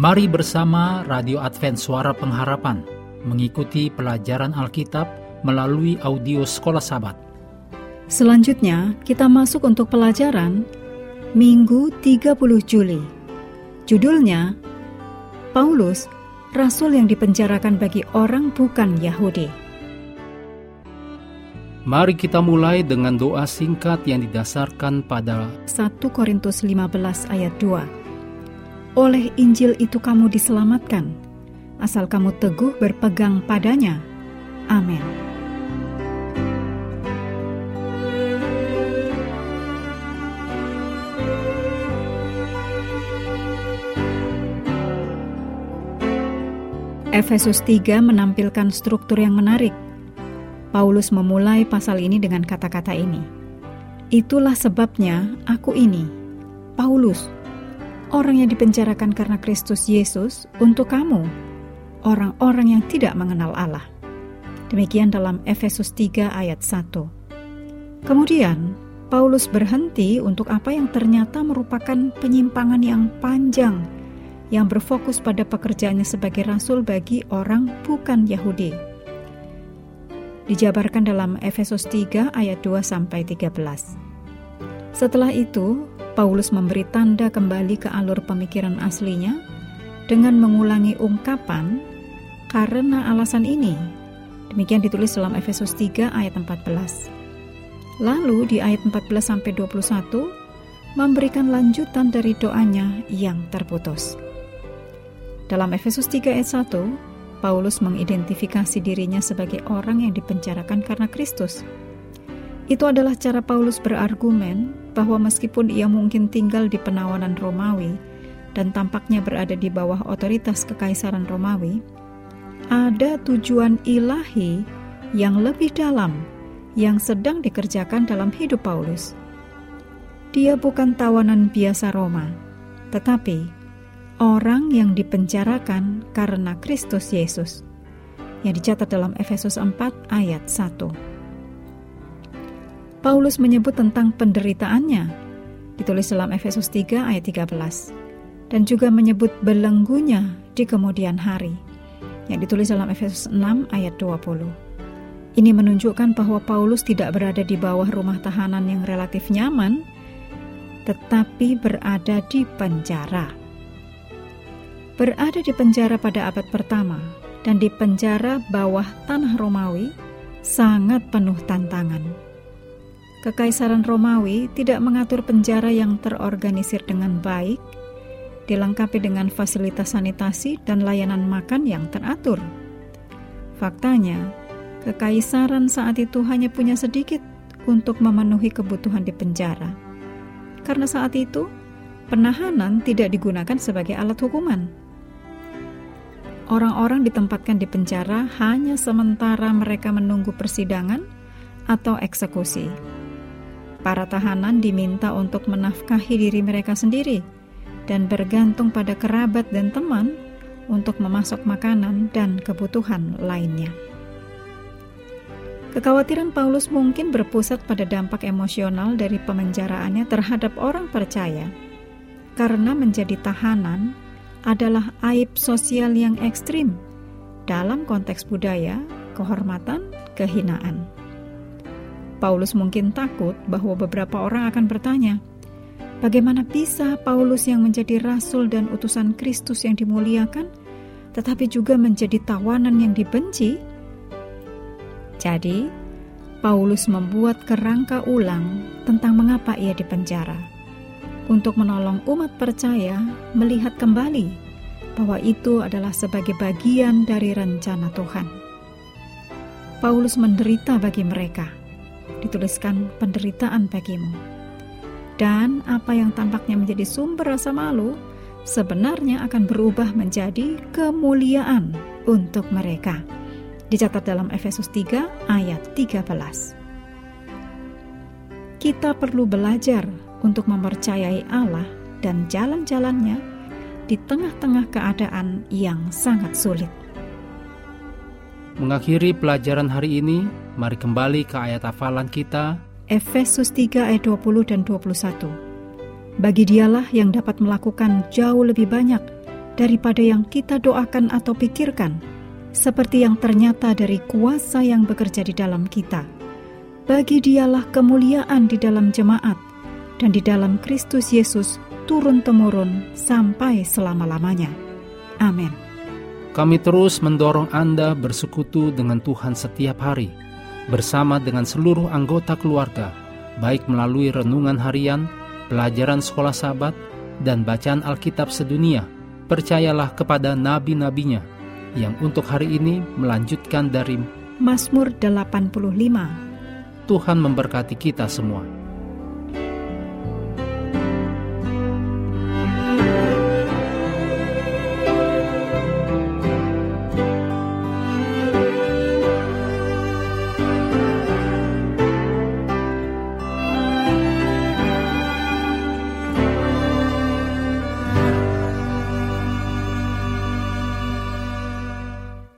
Mari bersama Radio Advent Suara Pengharapan mengikuti pelajaran Alkitab melalui audio Sekolah Sabat. Selanjutnya kita masuk untuk pelajaran Minggu 30 Juli. Judulnya, Paulus, Rasul yang dipenjarakan bagi orang bukan Yahudi. Mari kita mulai dengan doa singkat yang didasarkan pada 1 Korintus 15 ayat 2. Oleh Injil itu kamu diselamatkan, asal kamu teguh berpegang padanya. Amin. Efesus 3 menampilkan struktur yang menarik. Paulus memulai pasal ini dengan kata-kata ini. Itulah sebabnya aku ini, Paulus, orang yang dipenjarakan karena Kristus Yesus untuk kamu, orang-orang yang tidak mengenal Allah. Demikian dalam Efesus 3 ayat 1. Kemudian, Paulus berhenti untuk apa yang ternyata merupakan penyimpangan yang panjang yang berfokus pada pekerjaannya sebagai rasul bagi orang bukan Yahudi. Dijabarkan dalam Efesus 3 ayat 2-13. Setelah itu, Paulus memberi tanda kembali ke alur pemikiran aslinya dengan mengulangi ungkapan karena alasan ini. Demikian ditulis dalam Efesus 3 ayat 14. Lalu di ayat 14-21 memberikan lanjutan dari doanya yang terputus. Dalam Efesus 3 ayat 1, Paulus mengidentifikasi dirinya sebagai orang yang dipenjarakan karena Kristus. Itu adalah cara Paulus berargumen bahwa meskipun ia mungkin tinggal di penawanan Romawi dan tampaknya berada di bawah otoritas kekaisaran Romawi, ada tujuan ilahi yang lebih dalam yang sedang dikerjakan dalam hidup Paulus. Dia bukan tawanan biasa Roma, tetapi orang yang dipenjarakan karena Kristus Yesus, yang dicatat dalam Efesus 4 ayat 1. Paulus menyebut tentang penderitaannya, ditulis dalam Efesus 3 ayat 13, dan juga menyebut belenggunya di kemudian hari, yang ditulis dalam Efesus 6 ayat 20. Ini menunjukkan bahwa Paulus tidak berada di bawah rumah tahanan yang relatif nyaman, tetapi berada di penjara. Berada di penjara pada abad pertama dan di penjara bawah tanah Romawi sangat penuh tantangan. Kekaisaran Romawi tidak mengatur penjara yang terorganisir dengan baik, dilengkapi dengan fasilitas sanitasi dan layanan makan yang teratur. Faktanya, kekaisaran saat itu hanya punya sedikit untuk memenuhi kebutuhan di penjara. Karena saat itu, penahanan tidak digunakan sebagai alat hukuman. Orang-orang ditempatkan di penjara hanya sementara mereka menunggu persidangan atau eksekusi. Para tahanan diminta untuk menafkahi diri mereka sendiri dan bergantung pada kerabat dan teman untuk memasok makanan dan kebutuhan lainnya. Kekhawatiran Paulus mungkin berpusat pada dampak emosional dari pemenjaraannya terhadap orang percaya, karena menjadi tahanan adalah aib sosial yang ekstrim dalam konteks budaya, kehormatan, kehinaan. Paulus mungkin takut bahwa beberapa orang akan bertanya, bagaimana bisa Paulus yang menjadi rasul dan utusan Kristus yang dimuliakan, tetapi juga menjadi tawanan yang dibenci? Jadi, Paulus membuat kerangka ulang tentang mengapa ia dipenjara, untuk menolong umat percaya melihat kembali bahwa itu adalah sebagai bagian dari rencana Tuhan. Paulus menderita bagi mereka, dituliskan penderitaan bagimu. Dan apa yang tampaknya menjadi sumber rasa malu, sebenarnya akan berubah menjadi kemuliaan untuk mereka. Dicatat dalam Efesus 3 ayat 13. Kita perlu belajar untuk mempercayai Allah dan jalan-jalannya di tengah-tengah keadaan yang sangat sulit. Mengakhiri pelajaran hari ini, mari kembali ke ayat hafalan kita. Efesus 3 ayat 20 dan 21. Bagi dialah yang dapat melakukan jauh lebih banyak daripada yang kita doakan atau pikirkan, seperti yang ternyata dari kuasa yang bekerja di dalam kita. Bagi Dialah kemuliaan di dalam jemaat dan di dalam Kristus Yesus turun-temurun sampai selama-lamanya. Amin. Kami terus mendorong Anda bersekutu dengan Tuhan setiap hari, bersama dengan seluruh anggota keluarga, baik melalui renungan harian, pelajaran sekolah Sabat, dan bacaan Alkitab sedunia. Percayalah kepada nabi-nabinya, yang untuk hari ini melanjutkan dari Mazmur 85. Tuhan memberkati kita semua.